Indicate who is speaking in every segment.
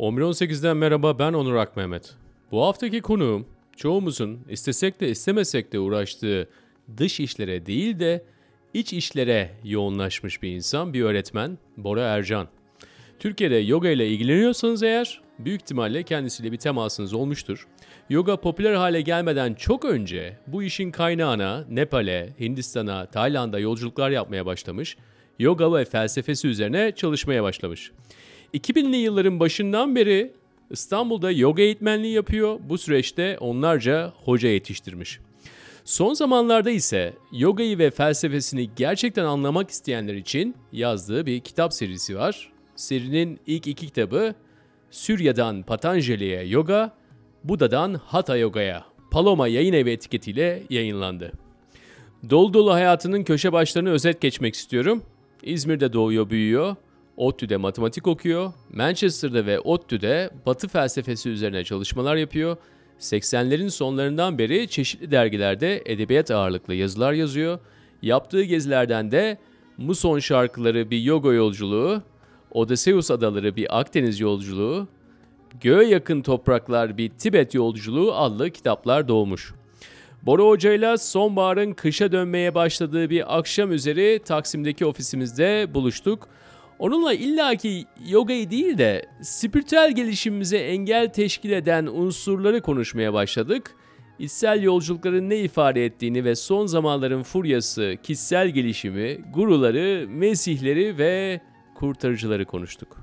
Speaker 1: 11.18'den merhaba, ben Onur Akmehmet. Bu haftaki konuğum çoğumuzun istesek de istemesek de uğraştığı dış işlere değil de iç işlere yoğunlaşmış bir insan, bir öğretmen, Bora Ercan. Türkiye'de yoga ile ilgileniyorsanız eğer büyük ihtimalle kendisiyle bir temasınız olmuştur. Yoga popüler hale gelmeden çok önce bu işin kaynağına Nepal'e, Hindistan'a, Tayland'a yolculuklar yapmaya başlamış, yoga ve felsefesi üzerine çalışmaya başlamış. 2000'li yılların başından beri İstanbul'da yoga eğitmenliği yapıyor. Bu süreçte onlarca hoca yetiştirmiş. Son zamanlarda ise yogayı ve felsefesini gerçekten anlamak isteyenler için yazdığı bir kitap serisi var. Serinin ilk iki kitabı Sürya'dan Patanjali'ye Yoga, Buda'dan Hatha Yoga'ya Paloma Yayınevi etiketiyle yayınlandı. Dolu dolu hayatının köşe başlarını özet geçmek istiyorum. İzmir'de doğuyor, büyüyor. ODTÜ'de matematik okuyor. Manchester'da ve ODTÜ'de Batı felsefesi üzerine çalışmalar yapıyor. 80'lerin sonlarından beri çeşitli dergilerde edebiyat ağırlıklı yazılar yazıyor. Yaptığı gezilerden de Muson şarkıları bir yoga yolculuğu, Odysseus adaları bir Akdeniz yolculuğu, Göğe yakın topraklar bir Tibet yolculuğu adlı kitaplar doğmuş. Bora Hoca'yla sonbaharın kışa dönmeye başladığı bir akşam üzeri Taksim'deki ofisimizde buluştuk. Onunla illaki yogayı değil de spiritüel gelişimimize engel teşkil eden unsurları konuşmaya başladık. İçsel yolculukların ne ifade ettiğini ve son zamanların furyası, kişisel gelişimi, guruları, mesihleri ve kurtarıcıları konuştuk.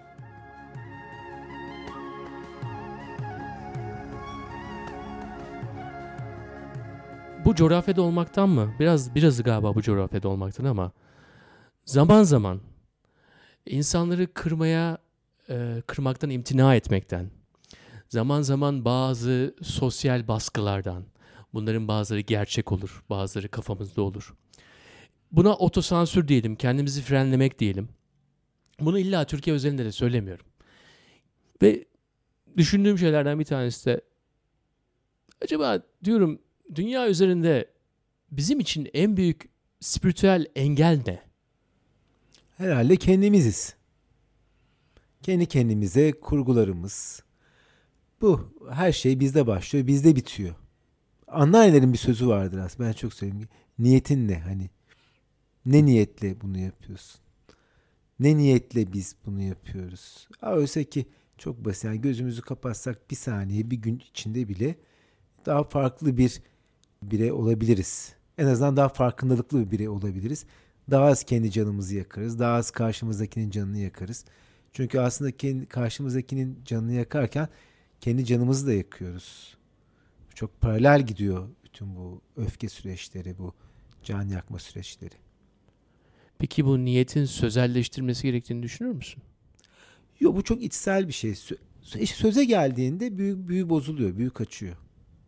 Speaker 1: Bu coğrafyada olmaktan mı? Birazı galiba bu coğrafyada olmaktan ama zaman zaman İnsanları kırmaktan imtina etmekten, zaman zaman bazı sosyal baskılardan, bunların bazıları gerçek olur, bazıları kafamızda olur. Buna otosansür diyelim, kendimizi frenlemek diyelim. Bunu illa Türkiye özelinde de söylemiyorum. Ve düşündüğüm şeylerden bir tanesi de, acaba diyorum dünya üzerinde bizim için en büyük spiritüel engel ne?
Speaker 2: Herhalde kendimiziz. Kendi kendimize kurgularımız. Bu her şey bizde başlıyor, bizde bitiyor. Anneannelerin bir sözü vardır aslında. Ben çok seviyorum. Niyetin ne? Hani ne niyetle bunu yapıyorsun? Ne niyetle biz bunu yapıyoruz? Oysa ki çok basit. Yani gözümüzü kapatsak bir saniye, bir gün içinde bile daha farklı bir birey olabiliriz. En azından daha farkındalıklı bir birey olabiliriz. Daha az kendi canımızı yakarız. Daha az karşımızdakinin canını yakarız. Çünkü aslında karşımızdakinin canını yakarken kendi canımızı da yakıyoruz. Çok paralel gidiyor bütün bu öfke süreçleri, bu can yakma süreçleri.
Speaker 1: Peki bu niyetin sözelleştirmesi gerektiğini düşünür müsün?
Speaker 2: Yok, bu çok içsel bir şey. Söze geldiğinde büyü bozuluyor, büyü kaçıyor.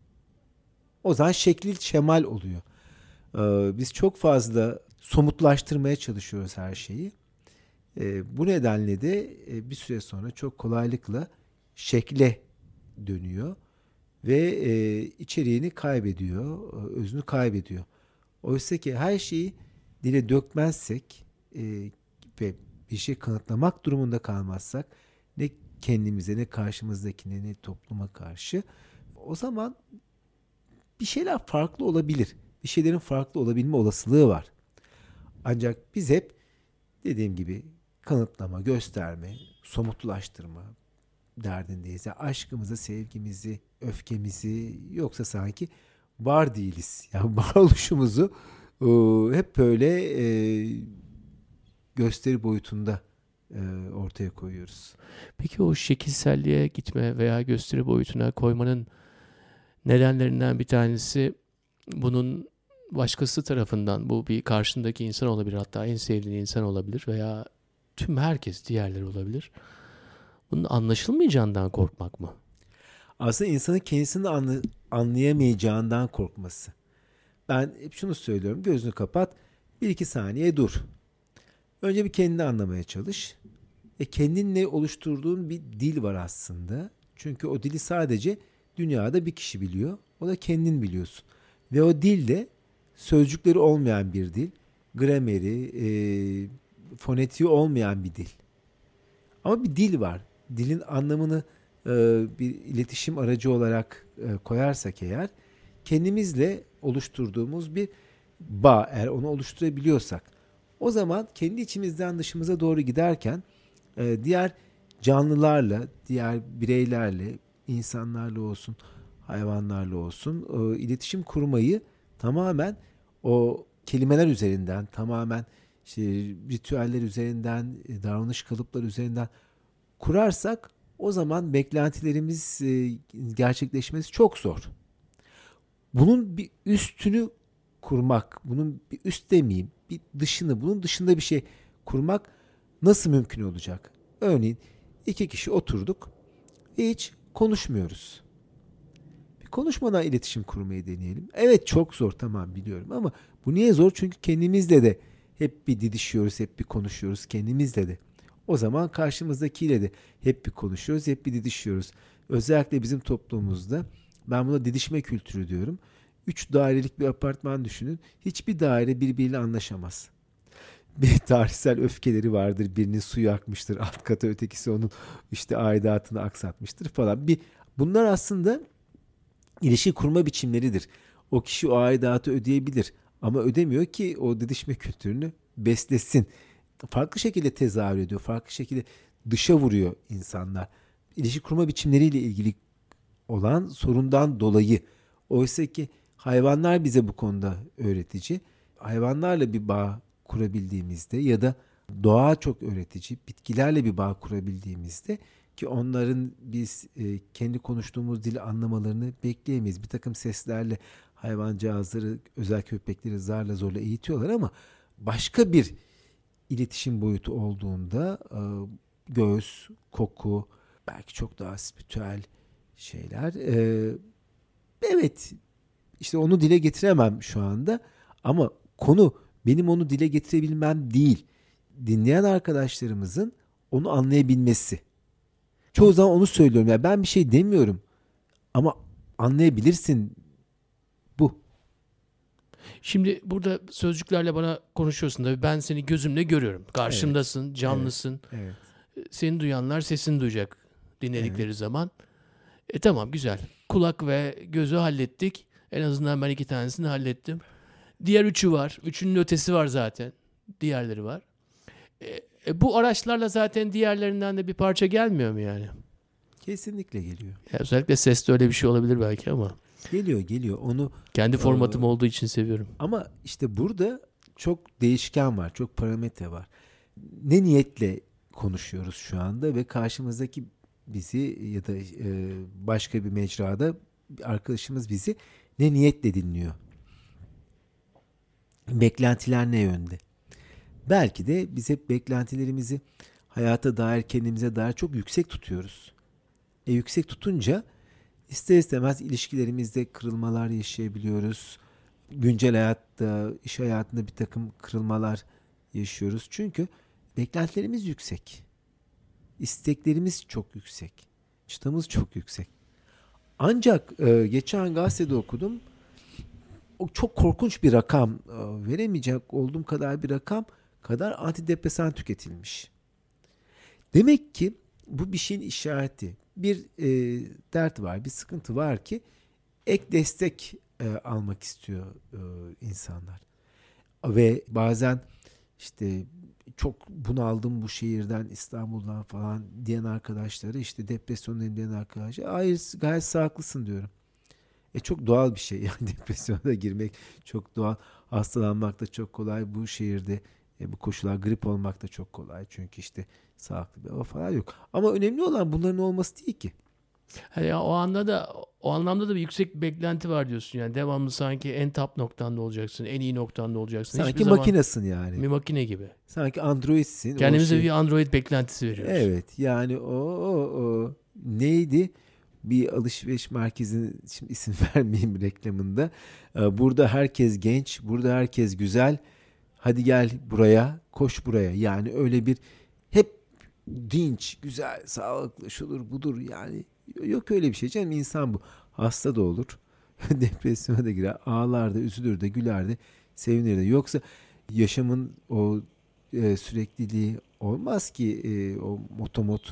Speaker 2: O zaman şekil şemal oluyor. Biz çok fazla somutlaştırmaya çalışıyoruz her şeyi. Bu nedenle de bir süre sonra çok kolaylıkla şekle dönüyor ve içeriğini kaybediyor, özünü kaybediyor. Oysa ki her şeyi dile dökmezsek ve bir şey kanıtlamak durumunda kalmazsak ne kendimize ne karşımızdakine ne topluma karşı, o zaman bir şeyler farklı olabilir. Bir şeylerin farklı olabilme olasılığı var. Ancak biz hep dediğim gibi kanıtlama, gösterme, somutlaştırma derdindeyiz. Yani aşkımızı, sevgimizi, öfkemizi, yoksa sanki var değiliz. Yani varoluşumuzu hep böyle gösteri boyutunda ortaya koyuyoruz.
Speaker 1: Peki o şekilselliğe gitme veya gösteri boyutuna koymanın nedenlerinden bir tanesi, bunun başkası tarafından, bu bir karşındaki insan olabilir, hatta en sevdiğin insan olabilir veya tüm herkes, diğerleri olabilir. Bunun anlaşılmayacağından korkmak mı?
Speaker 2: Aslında insanın kendisini anlayamayacağından korkması. Ben hep şunu söylüyorum: gözünü kapat, 1-2 saniye dur. Önce bir kendini anlamaya çalış. Kendinle oluşturduğun bir dil var aslında. Çünkü o dili sadece dünyada bir kişi biliyor. O da kendin biliyorsun. Ve o dil de sözcükleri olmayan bir dil. Grameri, fonetiği olmayan bir dil. Ama bir dil var. dilin anlamını bir iletişim aracı olarak koyarsak eğer, kendimizle oluşturduğumuz bir bağ, eğer onu oluşturabiliyorsak, o zaman kendi içimizden dışımıza doğru giderken diğer canlılarla, diğer bireylerle, insanlarla olsun, hayvanlarla olsun iletişim kurmayı tamamen o kelimeler üzerinden, tamamen işte ritüeller üzerinden, davranış kalıpları üzerinden kurarsak, o zaman beklentilerimiz gerçekleşmesi çok zor. Bunun bir üstünü kurmak, bunun bir üst demeyeyim, bir dışını, bunun dışında bir şey kurmak nasıl mümkün olacak? Örneğin 2 kişi oturduk ve hiç konuşmuyoruz. Bir konuşmadan iletişim kurmayı deneyelim. Evet, çok zor, tamam, biliyorum, ama bu niye zor? Çünkü kendimizle de hep bir didişiyoruz, hep bir konuşuyoruz kendimizle de. O zaman karşımızdakiyle de hep bir konuşuyoruz, hep bir didişiyoruz. Özellikle bizim toplumumuzda ben buna didişme kültürü diyorum. 3 dairelik bir apartman düşünün. Hiçbir daire birbiriyle anlaşamaz. Bir tarihsel öfkeleri vardır. Birinin suyu akmıştır alt kata, ötekisi onun işte aidatını aksatmıştır falan. Bunlar aslında ilişki kurma biçimleridir. O kişi o aidatı ödeyebilir ama ödemiyor ki o didişme kültürünü beslesin. Farklı şekilde tezahür ediyor. Farklı şekilde dışa vuruyor insanlar. İlişki kurma biçimleriyle ilgili olan sorundan dolayı. Oysa ki hayvanlar bize bu konuda öğretici. Hayvanlarla bir bağ kurabildiğimizde ya da doğa çok öğretici. Bitkilerle bir bağ kurabildiğimizde, ki onların biz kendi konuştuğumuz dili anlamalarını bekleyemeyiz. Bir takım seslerle hayvancağızları, özel köpekleri zarla zorla eğitiyorlar ama başka bir iletişim boyutu olduğunda göz, koku, belki çok daha spiritüel şeyler. Evet, işte onu dile getiremem şu anda ama konu benim onu dile getirebilmem değil. Dinleyen arkadaşlarımızın onu anlayabilmesi. Çoğu zaman onu söylüyorum. Ya ben bir şey demiyorum ama anlayabilirsin, bu.
Speaker 1: Şimdi burada sözcüklerle bana konuşuyorsun da ben seni gözümle görüyorum. Karşımdasın, canlısın.
Speaker 2: Evet.
Speaker 1: Seni duyanlar sesini duyacak dinledikleri
Speaker 2: Evet.
Speaker 1: zaman. Tamam, güzel. Kulak ve gözü hallettik. En azından ben 2 tanesini hallettim. Diğer 3'ü var. 3'ünün ötesi var zaten. Diğerleri var. Bu araçlarla zaten diğerlerinden de bir parça gelmiyor mu yani?
Speaker 2: Kesinlikle geliyor.
Speaker 1: Özellikle seste öyle bir şey olabilir belki ama.
Speaker 2: Geliyor. Onu
Speaker 1: Kendi formatım olduğu için seviyorum.
Speaker 2: ama işte burada çok değişken var, çok parametre var. Ne niyetle konuşuyoruz şu anda ve karşımızdaki bizi ya da başka bir mecrada arkadaşımız bizi ne niyetle dinliyor? Beklentiler ne yönde? Belki de biz hep beklentilerimizi hayata dair, kendimize dair çok yüksek tutuyoruz. Yüksek tutunca ister istemez ilişkilerimizde kırılmalar yaşayabiliyoruz. Güncel hayatta, iş hayatında bir takım kırılmalar yaşıyoruz. Çünkü beklentilerimiz yüksek. İsteklerimiz çok yüksek. Çıtamız çok yüksek. Ancak geçen gazetede okudum. O çok korkunç bir rakam. Veremeyecek olduğum kadar bir rakam kadar antidepresan tüketilmiş. Demek ki bu bir şeyin işareti. Bir dert var, bir sıkıntı var ki ek destek almak istiyor insanlar. Ve bazen işte çok bunaldım bu şehirden, İstanbul'dan falan diyen arkadaşları, işte depresyondayım diyen arkadaşlar, hayır gayet sağlıklısın diyorum. Çok doğal bir şey yani depresyona girmek çok doğal. Hastalanmak da çok kolay bu şehirde. Bu koşullar, grip olmak da çok kolay. Çünkü işte sağlıklı bir hava falan yok. Ama önemli olan bunların olması değil ki.
Speaker 1: Ya o anlamda da bir yüksek bir beklenti var diyorsun yani. Devamlı sanki en top noktanda olacaksın, en iyi noktanda olacaksın.
Speaker 2: Sanki
Speaker 1: Hiçbir zaman
Speaker 2: makinesin yani.
Speaker 1: bir makine gibi.
Speaker 2: Sanki androidsin.
Speaker 1: Kendimize bir Android beklentisi veriyoruz.
Speaker 2: Evet, yani o neydi? Bir alışveriş merkezinin, şimdi isim vermeyeyim, reklamında. Burada herkes genç, burada herkes güzel. Hadi gel buraya, koş buraya. Yani öyle bir hep dinç, güzel, sağlıklı, şudur budur yani. Yok öyle bir şey canım, insan bu. Hasta da olur. Depresyona da girer. Ağlar da, üzülür de, güler de, sevinir de. Yoksa yaşamın o sürekliliği olmaz ki, o motomot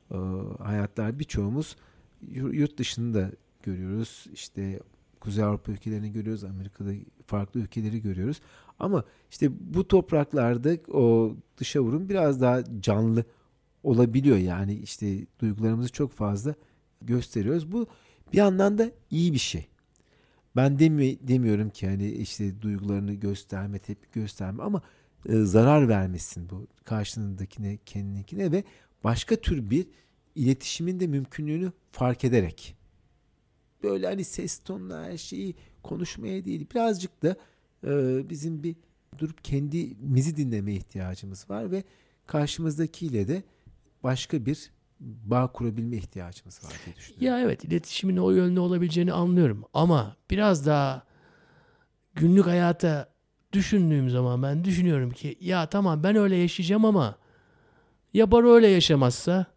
Speaker 2: hayatlar birçoğumuz yurt dışında görüyoruz. İşte Kuzey Avrupa ülkelerini görüyoruz. Amerika'da farklı ülkeleri görüyoruz. Ama işte bu topraklarda o dışa vurum biraz daha canlı olabiliyor. Yani işte duygularımızı çok fazla gösteriyoruz. Bu bir yandan da iyi bir şey. Ben demiyorum ki hani işte duygularını gösterme, tepki gösterme ama zarar vermesin bu karşındakine, kendininkine ve başka tür bir iletişimin de mümkünlüğünü fark ederek. Böyle hani ses tonla her şeyi konuşmaya değil, birazcık da bizim bir durup kendimizi dinlemeye ihtiyacımız var ve karşımızdakiyle de başka bir bağ kurabilme ihtiyacımız var diye düşünüyorum.
Speaker 1: Ya evet, iletişimin o yönlü olabileceğini anlıyorum ama biraz daha günlük hayata düşündüğüm zaman ben düşünüyorum ki ya tamam ben öyle yaşayacağım ama ya Baro öyle yaşamazsa,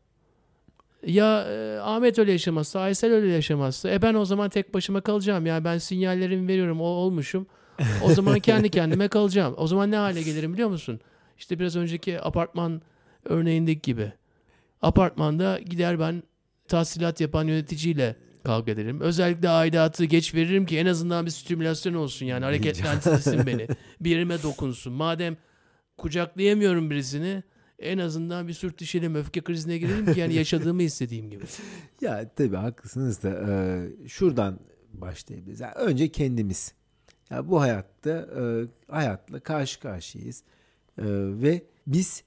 Speaker 1: ya Ahmet öyle yaşamazsa, Aysel öyle yaşamazsa ben o zaman tek başıma kalacağım. Yani ben sinyallerimi veriyorum, olmuşum. O zaman kendi kendime kalacağım. O zaman ne hale gelirim biliyor musun? İşte biraz önceki apartman örneğindeki gibi. Apartmanda gider ben tahsilat yapan yöneticiyle kavga ederim. Özellikle aidatı geç veririm ki en azından bir stimülasyon olsun, yani hareketlendirsin beni. Bir yerime dokunsun. Madem kucaklayamıyorum birisini, en azından bir sürtüşelim, öfke krizine girelim ki yani yaşadığımı istediğim gibi.
Speaker 2: Ya tabii haklısınız da şuradan başlayabiliriz. Yani önce kendimiz. Ya bu hayatta hayatla karşı karşıyayız. Ve biz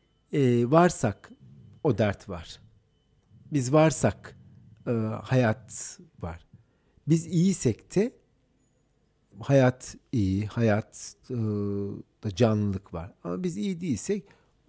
Speaker 2: varsak o dert var. Biz varsak hayat var. Biz iyiysek de hayat iyi, da canlılık var. Ama biz iyi değilsek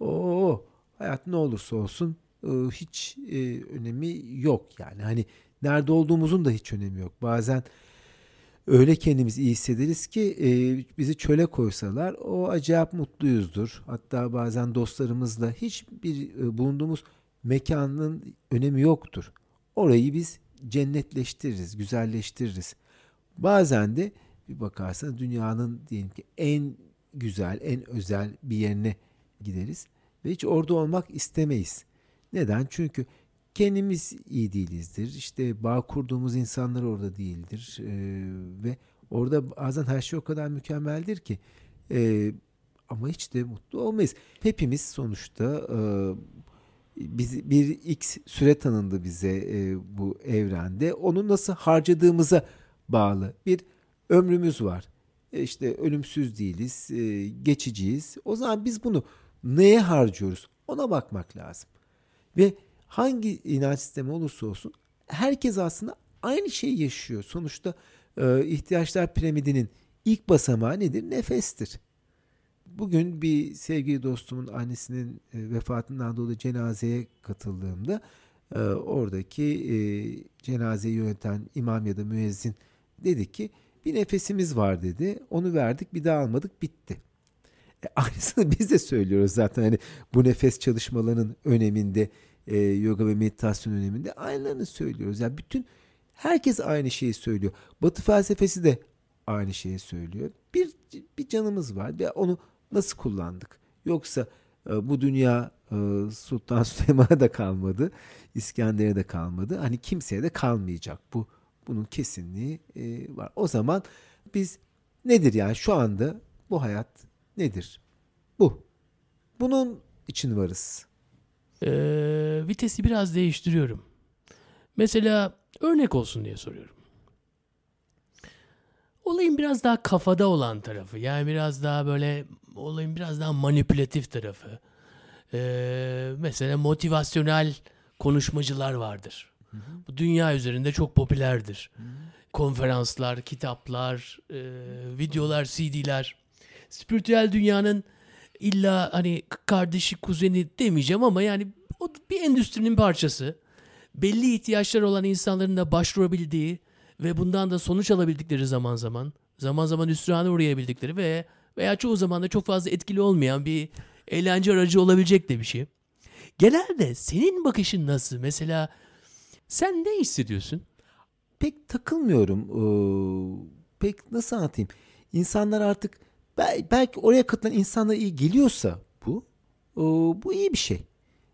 Speaker 2: hayat ne olursa olsun hiç önemi yok yani. Hani nerede olduğumuzun da hiç önemi yok. Bazen öyle kendimizi iyi hissederiz ki bizi çöle koysalar o acayip mutluyuzdur. Hatta bazen dostlarımızla hiçbir bulunduğumuz mekanın önemi yoktur. Orayı biz cennetleştiririz, güzelleştiririz. Bazen de bir bakarsan dünyanın diyelim ki en güzel, en özel bir yerine gideriz ve hiç orada olmak istemeyiz. Neden? Çünkü kendimiz iyi değilizdir. İşte bağ kurduğumuz insanlar orada değildir. Ve orada bazen her şey o kadar mükemmeldir ki ama hiç de mutlu olmayız. Hepimiz sonuçta bir X süre tanındı bize bu evrende. Onu nasıl harcadığımıza bağlı bir ömrümüz var. İşte ölümsüz değiliz, geçiciyiz. O zaman biz bunu neye harcıyoruz? Ona bakmak lazım. Ve hangi inanç sistemi olursa olsun herkes aslında aynı şeyi yaşıyor. Sonuçta ihtiyaçlar piramidinin ilk basamağı nedir? Nefestir. Bugün bir sevgili dostumun annesinin vefatından dolayı cenazeye katıldığımda oradaki cenazeyi yöneten imam ya da müezzin dedi ki bir nefesimiz var dedi. Onu verdik, bir daha almadık, bitti. Aynısını biz de söylüyoruz zaten hani bu nefes çalışmalarının öneminde, yoga ve meditasyon öneminde aynılarını söylüyoruz. Yani herkes aynı şeyi söylüyor. Batı felsefesi de aynı şeyi söylüyor. Bir canımız var ve onu nasıl kullandık? Yoksa bu dünya Sultan Süleyman'a da kalmadı, İskender'e de kalmadı. Hani kimseye de kalmayacak. Bunun kesinliği var. O zaman biz nedir yani şu anda bu hayat nedir? Bu. Bunun için varız.
Speaker 1: Vitesi biraz değiştiriyorum. Mesela örnek olsun diye soruyorum. Olayın biraz daha kafada olan tarafı. Yani biraz daha böyle olayın biraz daha manipülatif tarafı. Mesela motivasyonel konuşmacılar vardır. Hı hı. Bu dünya üzerinde çok popülerdir. Hı hı. Konferanslar, kitaplar, videolar, CD'ler. Spiritüel dünyanın illa hani kardeşi, kuzeni demeyeceğim ama yani o bir endüstrinin parçası. Belli ihtiyaçlar olan insanların da başvurabildiği ve bundan da sonuç alabildikleri zaman zaman hüsrana uğrayabildikleri veya çoğu zaman da çok fazla etkili olmayan bir eğlence aracı olabilecek de bir şey. Genelde senin bakışın nasıl? Mesela sen ne hissediyorsun?
Speaker 2: Pek takılmıyorum. Pek nasıl anlatayım? İnsanlar artık belki oraya katılan insanlara iyi geliyorsa bu iyi bir şey.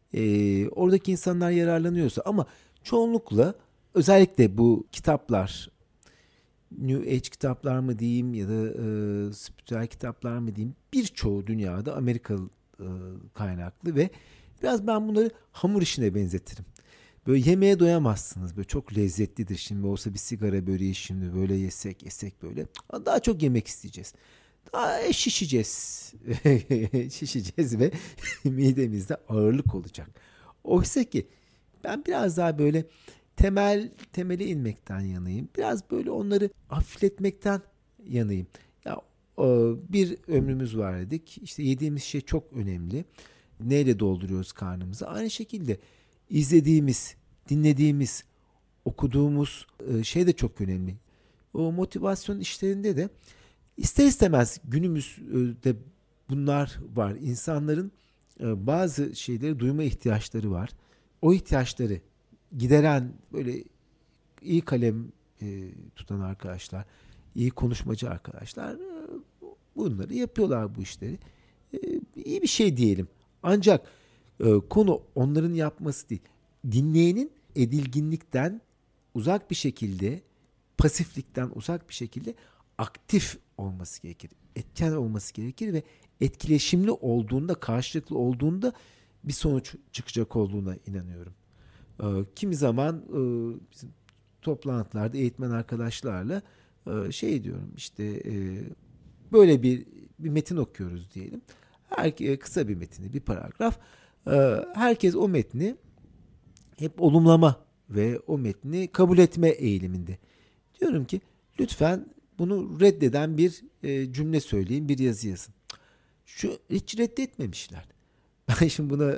Speaker 2: Oradaki insanlar yararlanıyorsa, ama çoğunlukla özellikle bu kitaplar, New Age kitaplar mı diyeyim ya da spiritüel kitaplar mı diyeyim, birçoğu dünyada Amerikalı kaynaklı ve biraz ben bunları hamur işine benzetirim. Böyle yemeğe doyamazsınız. Böyle çok lezzetlidir. Şimdi olsa bir sigara böreği şimdi böyle yesek böyle. Daha çok yemek isteyeceğiz. Daha şişeceğiz. Şişeceğiz ve midemizde ağırlık olacak. Oysa ki ben biraz daha böyle temele inmekten yanayım. Biraz böyle onları hafifletmekten yanayım. Ya bir ömrümüz var dedik. İşte yediğimiz şey çok önemli. Neyle dolduruyoruz karnımızı? Aynı şekilde izlediğimiz, dinlediğimiz, okuduğumuz şey de çok önemli. O motivasyon işlerinde de ister istemez günümüzde bunlar var. İnsanların bazı şeyleri duyma ihtiyaçları var. O ihtiyaçları gideren böyle iyi kalem tutan arkadaşlar, iyi konuşmacı arkadaşlar bunları yapıyorlar, bu işleri. İyi bir şey diyelim. Ancak konu onların yapması değil. Dinleyenin edilginlikten uzak bir şekilde, pasiflikten uzak bir şekilde aktif olması gerekir. Etken olması gerekir ve etkileşimli olduğunda, karşılıklı olduğunda bir sonuç çıkacak olduğuna inanıyorum. Kimi zaman bizim toplantılarda eğitmen arkadaşlarla şey diyorum, işte böyle bir metin okuyoruz diyelim. Kısa bir metini, bir paragraf. Herkes o metni hep olumlama ve o metni kabul etme eğiliminde. Diyorum ki lütfen bunu reddeden bir cümle söyleyin, bir yazı yazın. Hiç reddetmemişler. Ben şimdi buna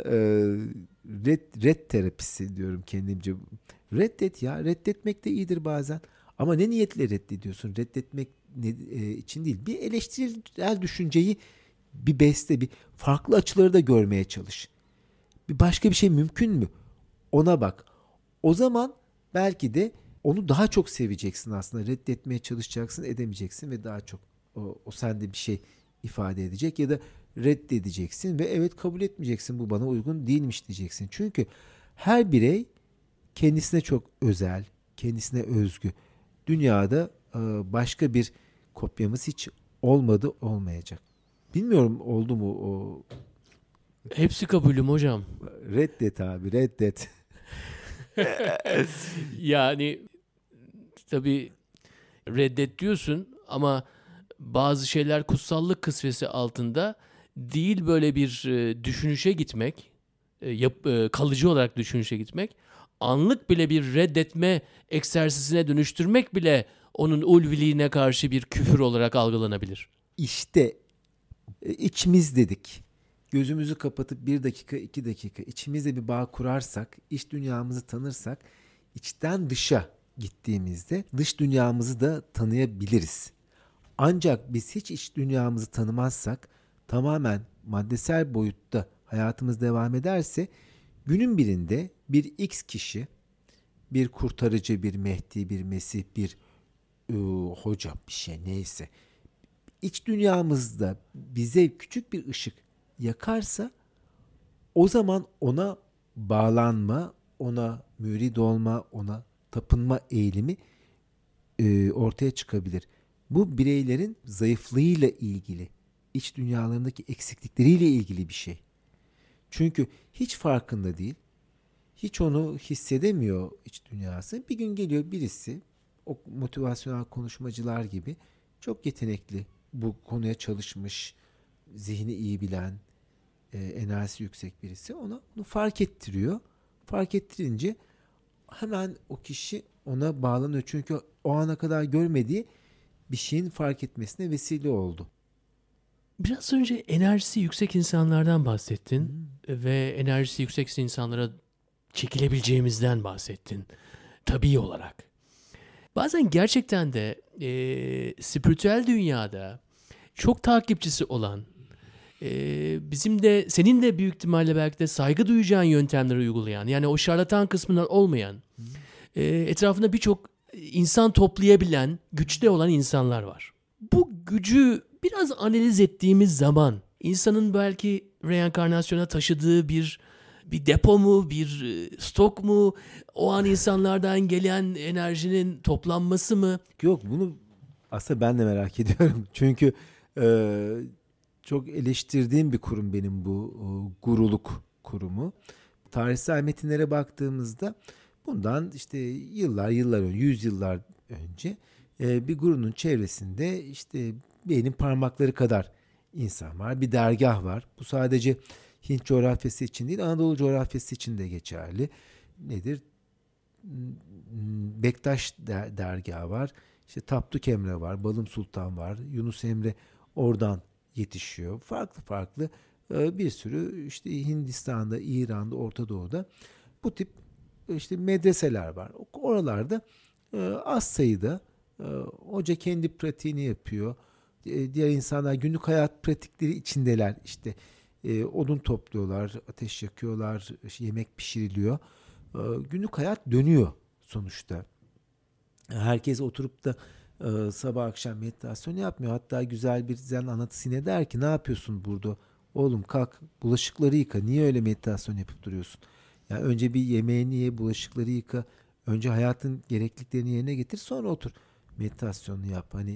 Speaker 2: red terapisi diyorum kendimce. Reddet ya. Reddetmek de iyidir bazen. Ama ne niyetle reddediyorsun? Reddetmek için değil. Bir eleştirel düşünceyi bir besle, bir farklı açıları da görmeye çalış. Bir başka bir şey mümkün mü? Ona bak. O zaman belki de onu daha çok seveceksin aslında. Reddetmeye çalışacaksın, edemeyeceksin ve daha çok o sende bir şey ifade edecek ya da reddedeceksin ve evet kabul etmeyeceksin, bu bana uygun değilmiş diyeceksin. Çünkü her birey kendisine çok özel, kendisine özgü. Dünyada başka bir kopyamız hiç olmadı, olmayacak. Bilmiyorum oldu mu o?
Speaker 1: Hepsi kabulüm hocam.
Speaker 2: Reddet abi, reddet.
Speaker 1: Yani tabii reddet diyorsun ama bazı şeyler kutsallık kısvesi altında değil, böyle bir düşünüşe gitmek, kalıcı olarak düşünüşe gitmek, anlık bile bir reddetme egzersizine dönüştürmek bile onun ulviliğine karşı bir küfür olarak algılanabilir.
Speaker 2: İşte içimiz dedik. Gözümüzü kapatıp 1 dakika, 2 dakika içimizde bir bağ kurarsak, iç dünyamızı tanırsak, içten dışa gittiğimizde dış dünyamızı da tanıyabiliriz. Ancak biz hiç iç dünyamızı tanımazsak, tamamen maddesel boyutta hayatımız devam ederse, günün birinde bir X kişi, bir kurtarıcı, bir Mehdi, bir Mesih, bir hoca, bir şey neyse, iç dünyamızda bize küçük bir ışık yakarsa, o zaman ona bağlanma, ona mürid olma, ona tapınma eğilimi ortaya çıkabilir. Bu bireylerin zayıflığıyla ilgili, iç dünyalarındaki eksiklikleriyle ilgili bir şey. Çünkü hiç farkında değil, hiç onu hissedemiyor iç dünyası. Bir gün geliyor birisi, o motivasyonel konuşmacılar gibi çok yetenekli, bu konuya çalışmış, zihni iyi bilen, enerjisi yüksek birisi onu fark ettiriyor. Fark ettirince hemen o kişi ona bağlanıyor. Çünkü o ana kadar görmediği bir şeyin fark etmesine vesile oldu.
Speaker 1: Biraz önce enerjisi yüksek insanlardan bahsettin ve enerjisi yüksek insanlara çekilebileceğimizden bahsettin. Tabii olarak. Bazen gerçekten de spiritüel dünyada çok takipçisi olan, bizim de senin de büyük ihtimalle belki de saygı duyacağın yöntemleri uygulayan, yani o şarlatan kısmından olmayan, etrafında birçok insan toplayabilen, güçte olan insanlar var. Bu gücü biraz analiz ettiğimiz zaman insanın belki reenkarnasyona taşıdığı bir bir depo mu, bir stok mu, o an insanlardan gelen enerjinin toplanması mı?
Speaker 2: Yok, bunu aslında ben de merak ediyorum. Çünkü e, çok eleştirdiğim bir kurum benim bu guruluk kurumu. Tarihsel metinlere baktığımızda bundan işte yıllar önce, yüzyıllar önce bir gurunun çevresinde işte benim parmakları kadar insan var. Bir dergah var. Bu sadece Hint coğrafyası için değil, Anadolu coğrafyası için de geçerli. Nedir? Bektaş dergahı var. İşte Tapduk Emre var, Balım Sultan var, Yunus Emre oradan yetişiyor. Farklı farklı bir sürü işte Hindistan'da, İran'da, Orta Doğu'da bu tip işte medreseler var. Oralarda az sayıda hoca kendi pratiğini yapıyor. Diğer insanlar günlük hayat pratikleri içindeler. İşte odun topluyorlar, ateş yakıyorlar, işte yemek pişiriliyor. Günlük hayat dönüyor sonuçta. Herkes oturup da sabah akşam meditasyon yapmıyor. Hatta güzel bir zen anlatısıyla der ki, ne yapıyorsun burada? Oğlum kalk, bulaşıkları yıka. Niye öyle meditasyon yapıp duruyorsun? Yani önce bir yemeğini ye, bulaşıkları yıka. Önce hayatın gerekliliklerini yerine getir, sonra otur meditasyonunu yap. Hani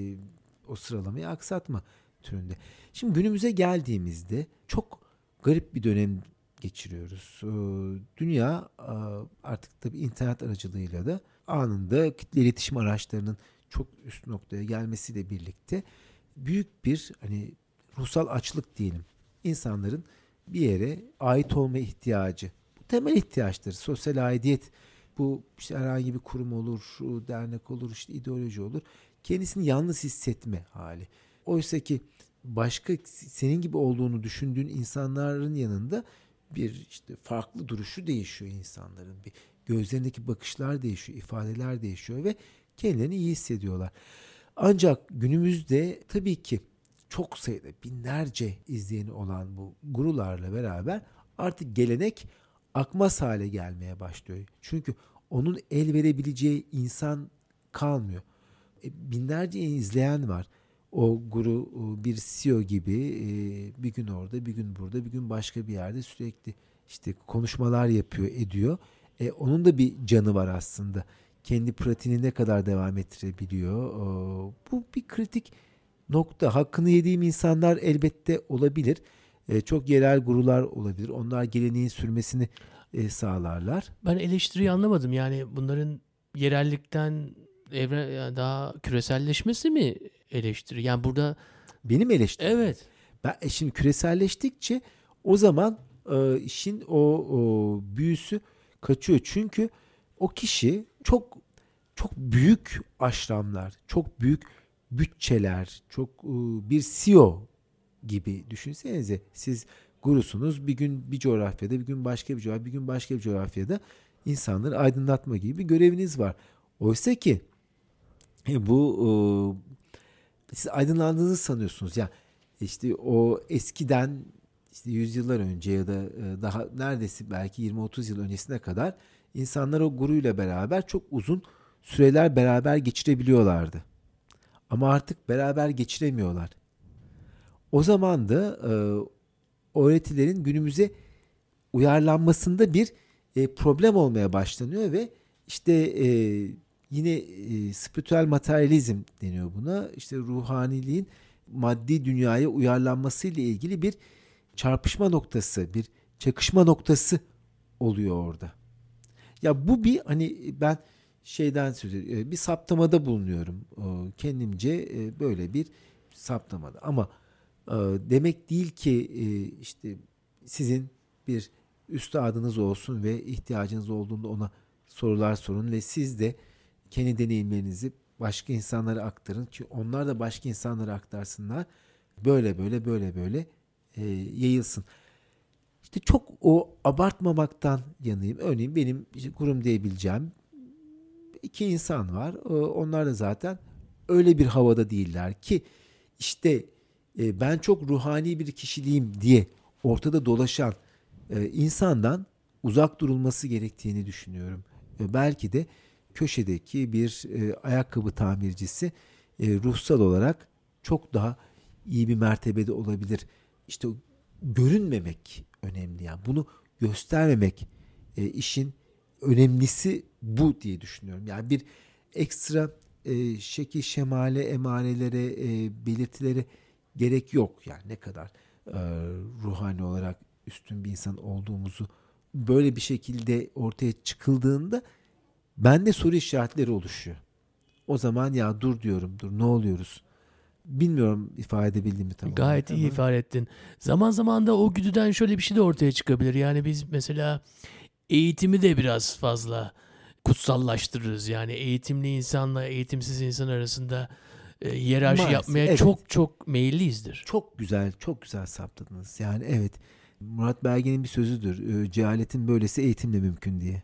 Speaker 2: o sıralamayı aksatma türünde. Şimdi günümüze geldiğimizde çok garip bir dönem geçiriyoruz. Dünya artık tabii internet aracılığıyla da anında kitle iletişim araçlarının çok üst noktaya gelmesiyle birlikte büyük bir hani ruhsal açlık diyelim. İnsanların bir yere ait olma ihtiyacı. Bu temel ihtiyaçtır. Sosyal aidiyet, bu işte herhangi bir kurum olur, dernek olur, işte ideoloji olur. Kendisini yalnız hissetme hali. Oysa ki başka senin gibi olduğunu düşündüğün insanların yanında bir işte farklı duruşu değişiyor insanların. Bir gözlerindeki bakışlar değişiyor, ifadeler değişiyor ve kendilerini iyi hissediyorlar. Ancak günümüzde tabii ki çok sayıda binlerce izleyeni olan bu gurularla beraber artık gelenek akmaz hale gelmeye başlıyor. Çünkü onun el verebileceği insan kalmıyor. Binlerce izleyen var. O guru bir CEO gibi bir gün orada, bir gün burada, bir gün başka bir yerde sürekli işte konuşmalar yapıyor, ediyor. Onun da bir canı var aslında. Kendi pratiğini ne kadar devam ettirebiliyor. Bu bir kritik nokta. Hakkını yediğim insanlar elbette olabilir. Çok yerel gurular olabilir. Onlar geleneğin sürmesini sağlarlar.
Speaker 1: Ben eleştiriyi anlamadım. Yani bunların yerellikten yani daha küreselleşmesi mi eleştiri? Yani burada
Speaker 2: Benim eleştirim.
Speaker 1: evet.
Speaker 2: Şimdi küreselleştikçe o zaman işin o büyüsü kaçıyor. Çünkü o kişi çok çok büyük aşramlar, çok büyük bütçeler, çok bir CEO gibi düşünsenize. Siz gurusunuz, bir gün bir coğrafyada, bir gün başka bir coğrafyada, bir gün başka bir coğrafyada insanları aydınlatma gibi bir göreviniz var. Oysa ki bu siz aydınlandığınızı sanıyorsunuz. Ya işte o eskiden işte yüzyıllar önce ya da daha neredeyse belki 20-30 yıl öncesine kadar insanlar o guruyla beraber çok uzun süreler beraber geçirebiliyorlardı. Ama artık beraber geçiremiyorlar. O zaman da öğretilerin günümüze uyarlanmasında bir problem olmaya başlanıyor ve işte yine spiritüel materyalizm deniyor buna. İşte ruhaniliğin maddi dünyaya uyarlanması ile ilgili bir çarpışma noktası, bir çakışma noktası oluyor orada. Ya bu bir hani ben şeyden söz ediyorum, bir saptamada bulunuyorum kendimce, böyle bir saptamada. Ama demek değil ki işte sizin bir üstadınız olsun ve ihtiyacınız olduğunda ona sorular sorun ve siz de kendi deneyimlerinizi başka insanlara aktarın ki onlar da başka insanlara aktarsınlar. Böyle yayılsın. İşte çok o abartmamaktan yanayım. Örneğin benim işte kurum diyebileceğim iki insan var. Onlar da zaten öyle bir havada değiller ki işte ben çok ruhani bir kişiliğim diye ortada dolaşan insandan uzak durulması gerektiğini düşünüyorum. Belki de köşedeki bir ayakkabı tamircisi ruhsal olarak çok daha iyi bir mertebede olabilir. İşte görünmemek önemli. Yani bunu göstermemek işin önemlisi bu diye düşünüyorum. Yani bir ekstra şekil, şemale, emarelere, belirtilere gerek yok. Yani ne kadar ruhani olarak üstün bir insan olduğumuzu böyle bir şekilde ortaya çıkıldığında bende soru işaretleri oluşuyor. O zaman ya dur diyorum, dur ne oluyoruz? Bilmiyorum ifade edebildim mi tam olarak
Speaker 3: Gayet iyi
Speaker 2: ama.
Speaker 3: ifade ettin. Zaman zaman da o güdüden şöyle bir şey de ortaya çıkabilir. Yani biz mesela eğitimi de biraz fazla kutsallaştırırız. Yani eğitimli insanla eğitimsiz insan arasında hiyerarşi
Speaker 2: Maalesef,
Speaker 3: yapmaya
Speaker 2: evet.
Speaker 3: çok çok meyilliyizdir.
Speaker 2: Çok güzel, çok güzel saptadınız. Yani evet, Murat Belge'nin bir sözüdür. Cehaletin böylesi eğitimle mümkün diye.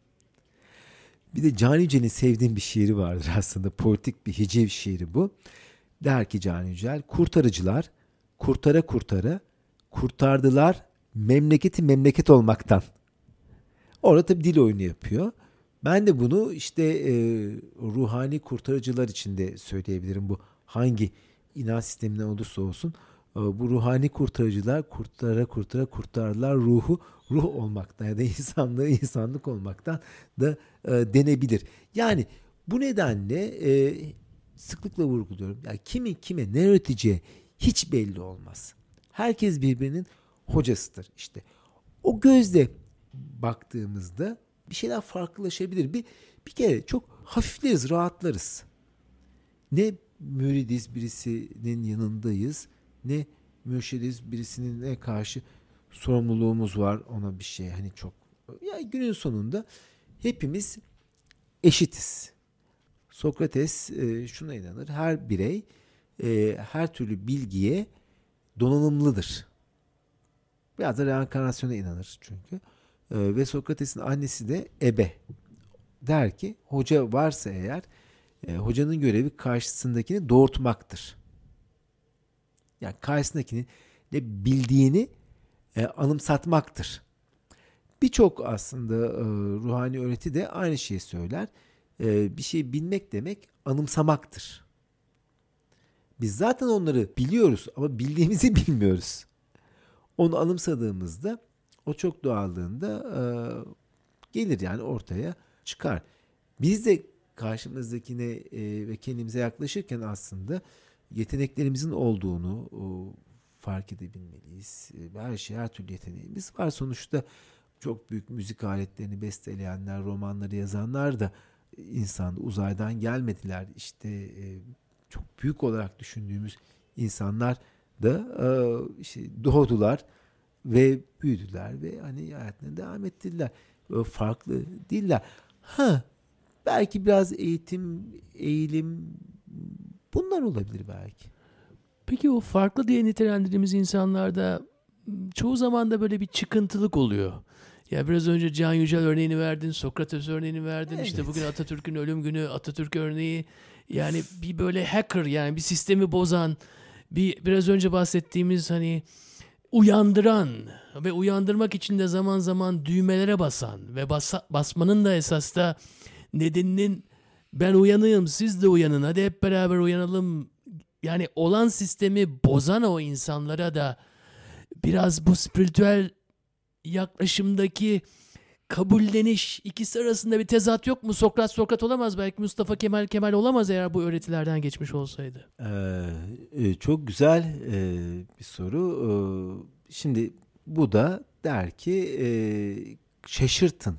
Speaker 2: Bir de Can Yücel'in sevdiğim bir şiiri vardır aslında. Politik bir hiciv şiiri bu. Der ki Can Yücel, kurtarıcılar kurtara kurtara kurtardılar memleketi memleket olmaktan. Orada tabii dil oyunu yapıyor. Ben de bunu işte ruhani kurtarıcılar için de söyleyebilirim. Bu hangi inanç sisteminden olursa olsun. Bu ruhani kurtarıcılar kurtara kurtara kurtardılar ruhu ruh olmaktan ya da insanlığı insanlık olmaktan da denebilir. Yani bu nedenle sıklıkla vurguluyorum. Yani kimin kime ne öğreteceği hiç belli olmaz. Herkes birbirinin hocasıdır. İşte o gözle baktığımızda bir şeyler farklılaşabilir. Bir kere çok hafifleriz, rahatlarız. Ne müridiz birisinin yanındayız, ne mürşidiz birisinin ne karşı sorumluluğumuz var ona bir şey. Hani çok ya günün sonunda hepimiz eşitiz. Sokrates şuna inanır. Her birey her türlü bilgiye donanımlıdır. Biraz da reenkarnasyona inanır çünkü. Ve Sokrates'in annesi de Ebe. Der ki hoca varsa eğer hocanın görevi karşısındakini doğurtmaktır. Yani karşısındakinin ne bildiğini anımsatmaktır. Birçok aslında ruhani öğreti de aynı şeyi söyler. Bir şey bilmek demek anımsamaktır. Biz zaten onları biliyoruz ama bildiğimizi bilmiyoruz. Onu anımsadığımızda o çok doğallığında gelir yani ortaya çıkar. Biz de karşımızdakine ve kendimize yaklaşırken aslında yeteneklerimizin olduğunu fark edebilmeliyiz. Her şey, her türlü yeteneğimiz var. Sonuçta çok büyük müzik aletlerini besteleyenler, romanları yazanlar da insan uzaydan gelmediler. İşte çok büyük olarak düşündüğümüz insanlar da işte doğdular ve büyüdüler ve hani hayatlarına devam ettirdiler. Farklı değiller. Belki biraz eğitim, eğilim bunlar olabilir belki.
Speaker 3: Peki o farklı diye nitelendirdiğimiz insanlarda çoğu zaman da böyle bir çıkıntılık oluyor. Ya biraz önce Can Yücel örneğini verdin, Sokrates örneğini verdin.
Speaker 2: Evet.
Speaker 3: İşte bugün Atatürk'ün ölüm günü, Atatürk örneği. Yani bir böyle hacker yani bir sistemi bozan, biraz önce bahsettiğimiz hani uyandıran ve uyandırmak için de zaman zaman düğmelere basan ve basmanın da esas da nedeninin ben uyanığım siz de uyanın hadi hep beraber uyanalım. Yani olan sistemi bozan o insanlara da biraz bu spiritüel yaklaşımdaki kabulleniş ikisi arasında bir tezat yok mu? Sokrat olamaz belki Mustafa Kemal olamaz eğer bu öğretilerden geçmiş olsaydı.
Speaker 2: Çok güzel bir soru. Şimdi bu da der ki şaşırtın.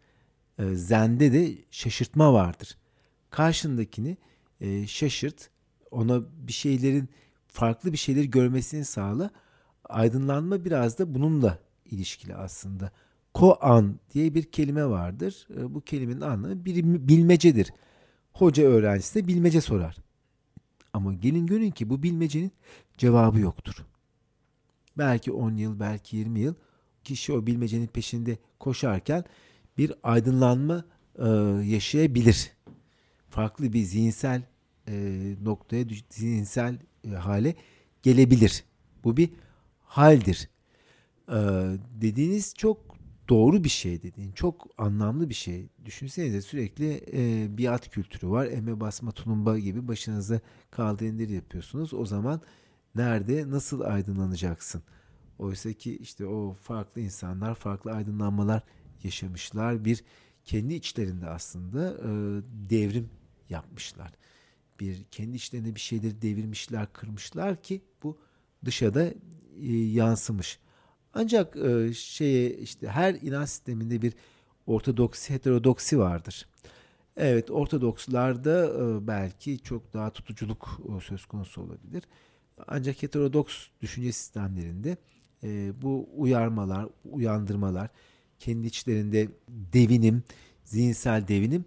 Speaker 2: Zende de şaşırtma vardır. Karşındakini şaşırt, ona bir şeylerin farklı bir şeyleri görmesini sağla. Aydınlanma biraz da bununla ilişkili aslında. Koan diye bir kelime vardır. Bu kelimenin anlamı bir bilmecedir. Hoca öğrencisine bilmece sorar. Ama gelin görün ki bu bilmecenin cevabı yoktur. Belki 10 yıl, belki 20 yıl kişi o bilmecenin peşinde koşarken bir aydınlanma yaşayabilir. Farklı bir zihinsel noktaya, zihinsel hale gelebilir. Bu bir haldir. Dediğiniz çok doğru bir şey dediğin. Çok anlamlı bir şey. Düşünsenize sürekli biat kültürü var. Eme basma tulumba gibi başınıza kaldır indir yapıyorsunuz. O zaman nerede, nasıl aydınlanacaksın? Oysa ki işte o farklı insanlar farklı aydınlanmalar yaşamışlar. Bir kendi içlerinde aslında devrim yapmışlar. Bir kendi içlerinde bir şeyleri devirmişler, kırmışlar ki bu dışa da yansımış. Ancak işte her inanç sisteminde bir ortodoksi, heterodoksi vardır. Evet, Ortodokslarda belki çok daha tutuculuk söz konusu olabilir. Ancak heterodoks düşünce sistemlerinde bu uyarmalar, uyandırmalar, kendi içlerinde devinim, zihinsel devinim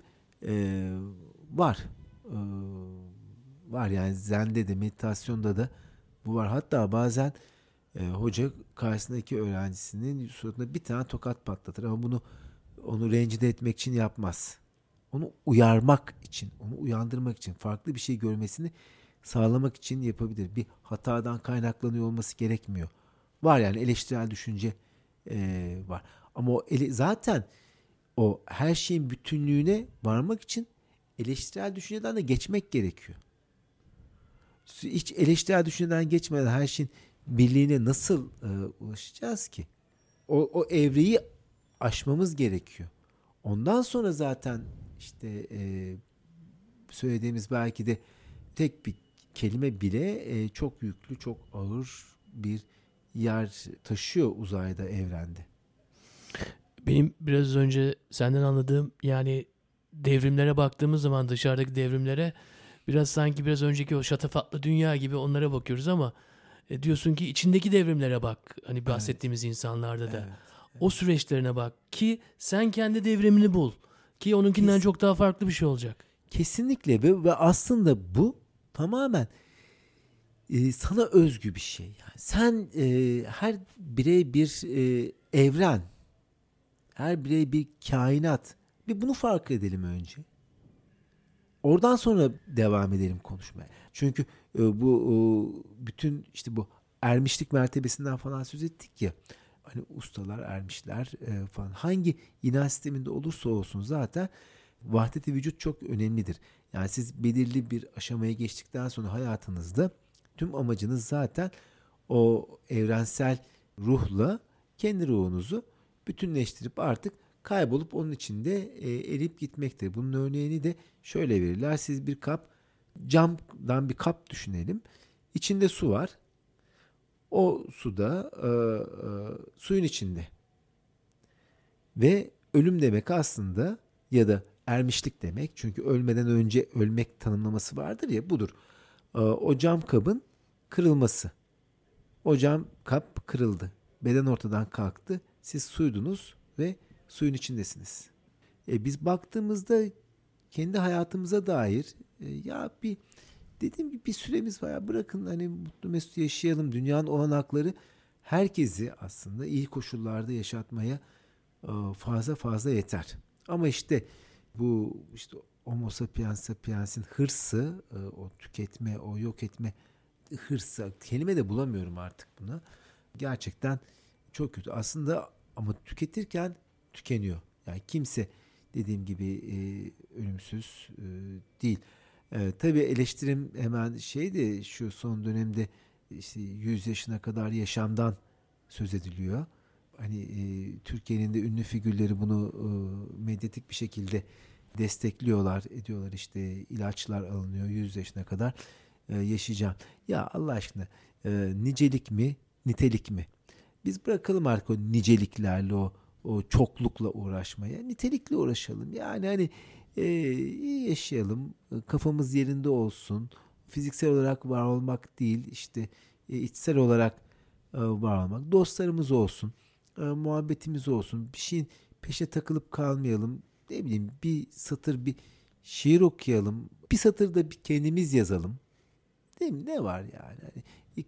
Speaker 2: var. E, Var yani Zen'de de, meditasyonda da bu var. Hatta bazen hoca karşısındaki öğrencisinin suratına bir tane tokat patlatır ama onu rencide etmek için yapmaz. Onu uyarmak için, onu uyandırmak için, farklı bir şey görmesini sağlamak için yapabilir. Bir hatadan kaynaklanıyor olması gerekmiyor. Var yani eleştirel düşünce var. Ama zaten o her şeyin bütünlüğüne varmak için eleştirel düşünceden de geçmek gerekiyor. Hiç eleştirel düşünceden geçmeden her şeyin birliğine nasıl ulaşacağız ki? O evreyi aşmamız gerekiyor. Ondan sonra zaten işte söylediğimiz belki de tek bir kelime bile çok yüklü, çok ağır bir yer taşıyor uzayda, evrende.
Speaker 3: Benim biraz önce senden anladığım, yani devrimlere baktığımız zaman, dışarıdaki devrimlere biraz sanki biraz önceki o şatafatlı dünya gibi onlara bakıyoruz ama diyorsun ki içindeki devrimlere bak. Hani bahsettiğimiz insanlarda da.
Speaker 2: Evet.
Speaker 3: O süreçlerine bak ki sen kendi devrimini bul. Ki onunkinden çok daha farklı bir şey olacak.
Speaker 2: Kesinlikle ve aslında bu tamamen sana özgü bir şey. Yani sen her birey bir evren, her birey bir kainat. Bir bunu fark edelim önce. Oradan sonra devam edelim konuşmaya. Çünkü bu bütün işte bu ermişlik mertebesinden falan söz ettik ya. Hani ustalar, ermişler falan. Hangi inanç sisteminde olursa olsun zaten vahdet-i vücut çok önemlidir. Yani siz belirli bir aşamaya geçtikten sonra hayatınızda tüm amacınız zaten o evrensel ruhla kendi ruhunuzu bütünleştirip artık kaybolup onun içinde eriyip gitmektir. Bunun örneğini de şöyle verirler. Siz bir kap, camdan bir kap düşünelim. İçinde su var. O suda suyun içinde. Ve ölüm demek aslında ya da ermişlik demek. Çünkü ölmeden önce ölmek tanımlaması vardır ya, budur. O cam kabın kırılması. O cam kap kırıldı. Beden ortadan kalktı. Siz suydunuz ve suyun içindesiniz. Biz baktığımızda kendi hayatımıza dair ya dediğim gibi bir süremiz var. Ya bırakın hani mutlu mesut yaşayalım. Dünyanın olanakları herkesi aslında iyi koşullarda yaşatmaya fazla fazla yeter. Ama işte bu işte Homo sapiens sapiens'in hırsı, o tüketme, o yok etme hırsı, kelime de bulamıyorum artık buna. Gerçekten çok kötü. Aslında ama tüketirken tükeniyor. Yani kimse dediğim gibi ölümsüz değil. Tabii eleştirim hemen şeydi, şu son dönemde işte 100 yaşına kadar yaşamdan söz ediliyor. Hani Türkiye'nin de ünlü figürleri bunu medyatik bir şekilde destekliyorlar, ediyorlar, işte ilaçlar alınıyor 100 yaşına kadar yaşayacağım. Ya Allah aşkına nicelik mi, nitelik mi? Biz bırakalım artık o niceliklerle, o çoklukla uğraşmaya. Nitelikle uğraşalım. Yani hani iyi yaşayalım. Kafamız yerinde olsun. Fiziksel olarak var olmak değil, işte içsel olarak var olmak. Dostlarımız olsun. Muhabbetimiz olsun. Bir şeyin peşine takılıp kalmayalım. Ne bileyim, bir satır bir şiir okuyalım. Bir satır da bir kendimiz yazalım. Değil mi? Ne var yani? Hani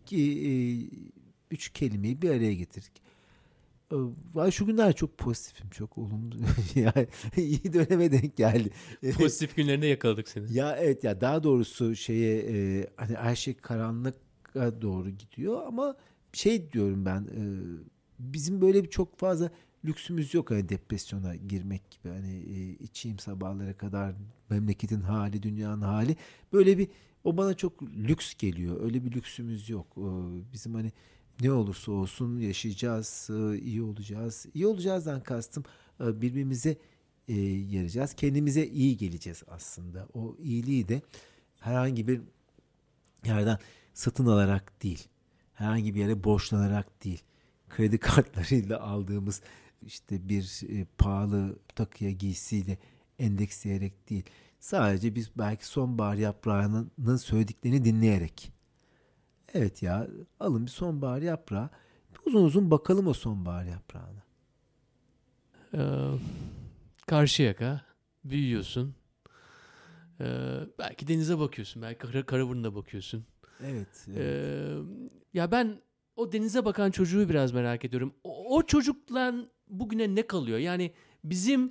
Speaker 2: üç kelimeyi bir araya getirdik. Şu günler çok pozitifim, çok olumlu. Yani iyi döneme denk geldi.
Speaker 1: Pozitif günlerinde yakaladık seni.
Speaker 2: Ya evet, ya daha doğrusu hani her şey karanlığa doğru gidiyor ama şey diyorum ben, bizim böyle bir çok fazla lüksümüz yok hani depresyona girmek gibi, hani içeyim sabahlara kadar, memleketin hali, dünyanın hali, böyle bir, o bana çok lüks geliyor. Öyle bir lüksümüz yok. Bizim hani Ne olursa olsun yaşayacağız, iyi olacağız. İyi olacağızdan kastım birbirimize yarayacağız. Kendimize iyi geleceğiz aslında. O iyiliği de herhangi bir yerden satın alarak değil. Herhangi bir yere borçlanarak değil. Kredi kartlarıyla aldığımız işte bir pahalı takıya giysiyle endeksleyerek değil. Sadece biz belki sonbahar yaprağının söylediklerini dinleyerek. Evet ya, alın bir sonbahar yaprağı. Uzun uzun bakalım o sonbahar yaprağına.
Speaker 3: Karşıyaka büyüyorsun. Belki denize bakıyorsun. Belki Karaburun'a bakıyorsun.
Speaker 2: Evet.
Speaker 3: Ya ben o denize bakan çocuğu biraz merak ediyorum. O çocukla bugüne ne kalıyor? Yani bizim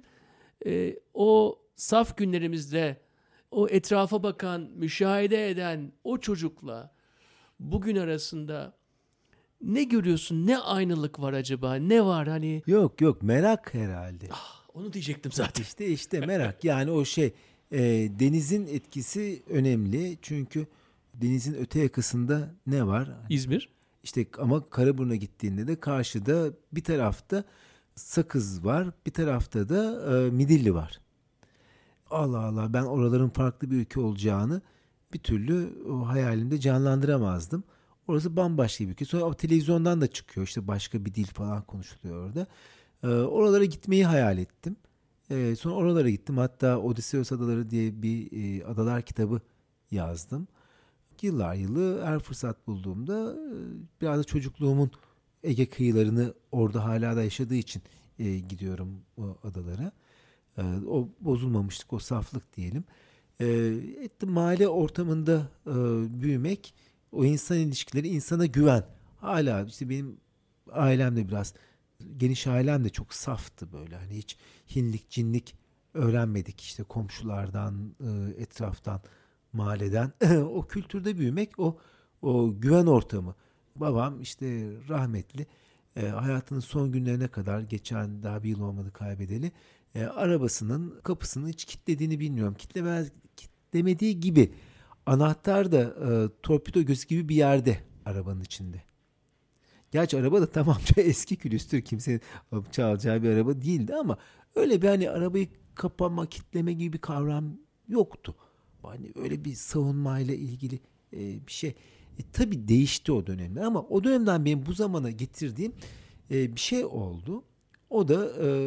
Speaker 3: o saf günlerimizde o etrafa bakan, müşahede eden o çocukla bugün arasında ne görüyorsun? Ne aynılık var acaba? Ne var hani?
Speaker 2: Yok merak herhalde.
Speaker 3: Onu diyecektim zaten.
Speaker 2: İşte merak. Yani o denizin etkisi önemli. Çünkü denizin öte yakasında ne var?
Speaker 3: İzmir.
Speaker 2: İşte ama Karaburun'a gittiğinde de karşıda bir tarafta Sakız var, bir tarafta da Midilli var. Allah Allah, ben oraların farklı bir ülke olacağını bir türlü o hayalimde canlandıramazdım. Orası bambaşka bir ülke. Sonra televizyondan da çıkıyor, işte başka bir dil falan konuşuluyor orada. Oralara gitmeyi hayal ettim. Sonra oralara gittim. Hatta Odysseus Adaları diye bir adalar kitabı yazdım. Yıllar yılı her fırsat bulduğumda biraz da çocukluğumun Ege kıyılarını orada hala da yaşadığı için gidiyorum o adalara. O bozulmamışlık, o saflık diyelim. Mahalle ortamında büyümek, o insan ilişkileri, insana güven. Hala işte benim ailem de biraz, geniş ailem de çok saftı böyle. Hani hiç hinlik, cinlik öğrenmedik işte komşulardan, etraftan, mahalleden. O kültürde büyümek, o güven ortamı. Babam işte rahmetli, hayatının son günlerine kadar, geçen daha bir yıl olmadı kaybedeli, arabasının kapısını hiç kilitlediğini bilmiyorum. Kitlemediği gibi anahtar da torpido gözü gibi bir yerde arabanın içinde. Gerçi araba da tamam eski külüstür, kimsenin alıp çalacağı bir araba değildi ama öyle bir hani arabayı kapama, kitleme gibi bir kavram yoktu. Hani öyle bir savunmayla ilgili bir şey. Tabii değişti o dönemler ama o dönemden benim bu zamana getirdiğim bir şey oldu. O da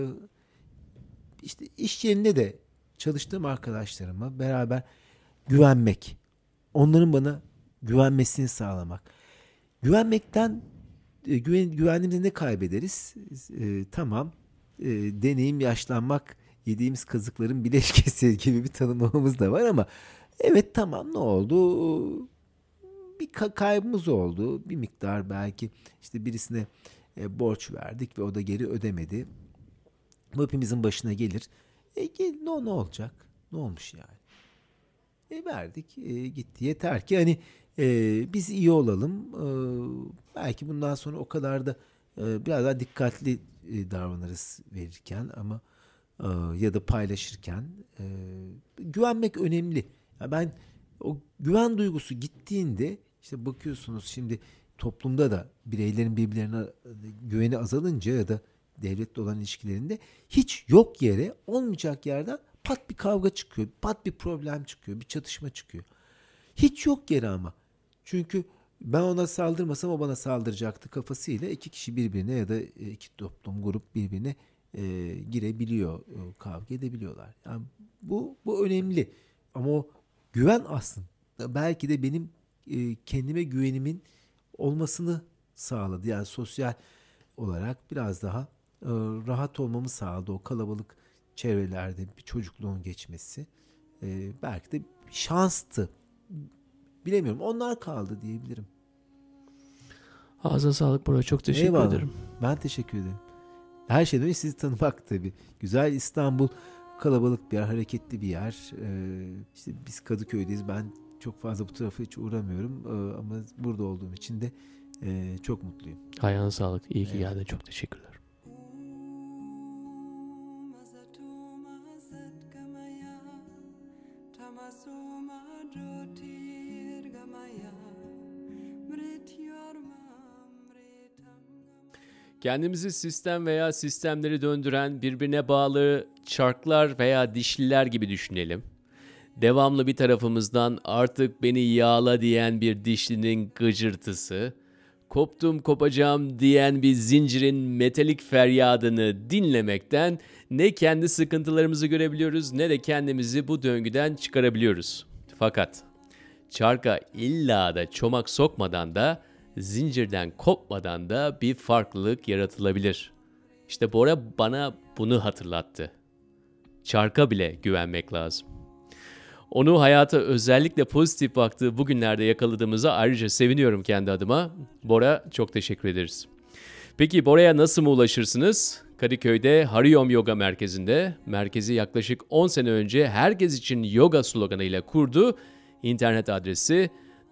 Speaker 2: işte iş yerinde de çalıştığım arkadaşlarıma beraber güvenmek. Onların bana güvenmesini sağlamak. Güvenmekten güvendiğimizde ne kaybederiz? Tamam. Deneyim, yaşlanmak, yediğimiz kazıkların bileşkesi gibi bir tanımlamamız da var ama evet, tamam, ne oldu? Bir kaybımız oldu. Bir miktar belki işte birisine borç verdik ve o da geri ödemedi. Bu hepimizin başına gelir. Ne olacak? Ne olmuş yani? Verdik, gitti. Yeter ki hani biz iyi olalım. Belki bundan sonra o kadar da biraz daha dikkatli davranırız verirken ama ya da paylaşırken. Güvenmek önemli. Ya ben o güven duygusu gittiğinde işte bakıyorsunuz şimdi toplumda da bireylerin birbirlerine güveni azalınca ya da devletle olan ilişkilerinde hiç yok yere, olmayacak yerden pat bir kavga çıkıyor, pat bir problem çıkıyor, bir çatışma çıkıyor. Hiç yok yere ama. Çünkü ben ona saldırmasam o bana saldıracaktı kafasıyla iki kişi birbirine ya da iki toplum, grup birbirine girebiliyor, kavga edebiliyorlar. Yani bu önemli. Ama o güven aslında belki de benim kendime güvenimin olmasını sağladı. Yani sosyal olarak biraz daha rahat olmamı sağladı o kalabalık çevrelerde bir çocukluğun geçmesi. Belki de şanstı. Bilemiyorum. Onlar kaldı diyebilirim.
Speaker 3: Ağzına sağlık Bora. Çok teşekkür ederim.
Speaker 2: Ben teşekkür ederim. Her şeyden önce sizi tanımak tabii. Güzel İstanbul, kalabalık bir yer, hareketli bir yer. İşte biz Kadıköy'deyiz. Ben çok fazla bu tarafa hiç uğramıyorum. Ama burada olduğum için de çok mutluyum.
Speaker 3: Ayağına sağlık. İyi ki geldin. Çok teşekkürler.
Speaker 1: Kendimizi sistem veya sistemleri döndüren birbirine bağlı çarklar veya dişliler gibi düşünelim. Devamlı bir tarafımızdan artık beni yağla diyen bir dişlinin gıcırtısı, koptum kopacağım diyen bir zincirin metalik feryadını dinlemekten ne kendi sıkıntılarımızı görebiliyoruz ne de kendimizi bu döngüden çıkarabiliyoruz. Fakat çarka illa da çomak sokmadan da zincirden kopmadan da bir farklılık yaratılabilir. İşte Bora bana bunu hatırlattı. Çarka bile güvenmek lazım. Onu hayata özellikle pozitif baktığı bugünlerde yakaladığımıza ayrıca seviniyorum kendi adıma. Bora, çok teşekkür ederiz. Peki Bora'ya nasıl mı ulaşırsınız? Kadıköy'de Hariom Yoga Merkezi'nde, merkezi yaklaşık 10 sene önce herkes için yoga sloganıyla kurdu. İnternet adresi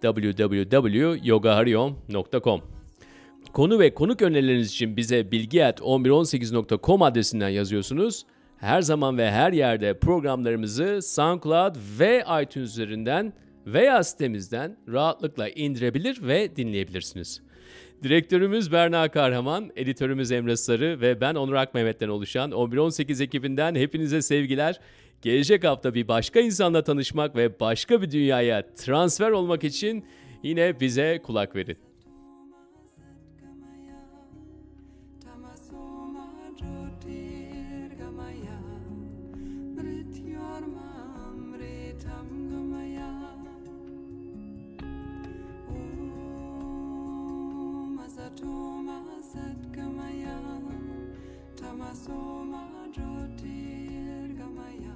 Speaker 1: www.yogahariom.com. Konu ve konuk önerileriniz için bize bilgi@1118.com adresinden yazıyorsunuz. Her zaman ve her yerde programlarımızı SoundCloud ve iTunes üzerinden veya sitemizden rahatlıkla indirebilir ve dinleyebilirsiniz. Direktörümüz Berna Kahraman, editörümüz Emre Sarı ve ben Onur Akmehmet'ten oluşan 1118 ekibinden hepinize sevgiler. Gelecek hafta bir başka insanla tanışmak ve başka bir dünyaya transfer olmak için yine bize kulak verin.
Speaker 4: Tamasoma Jyotirgamaya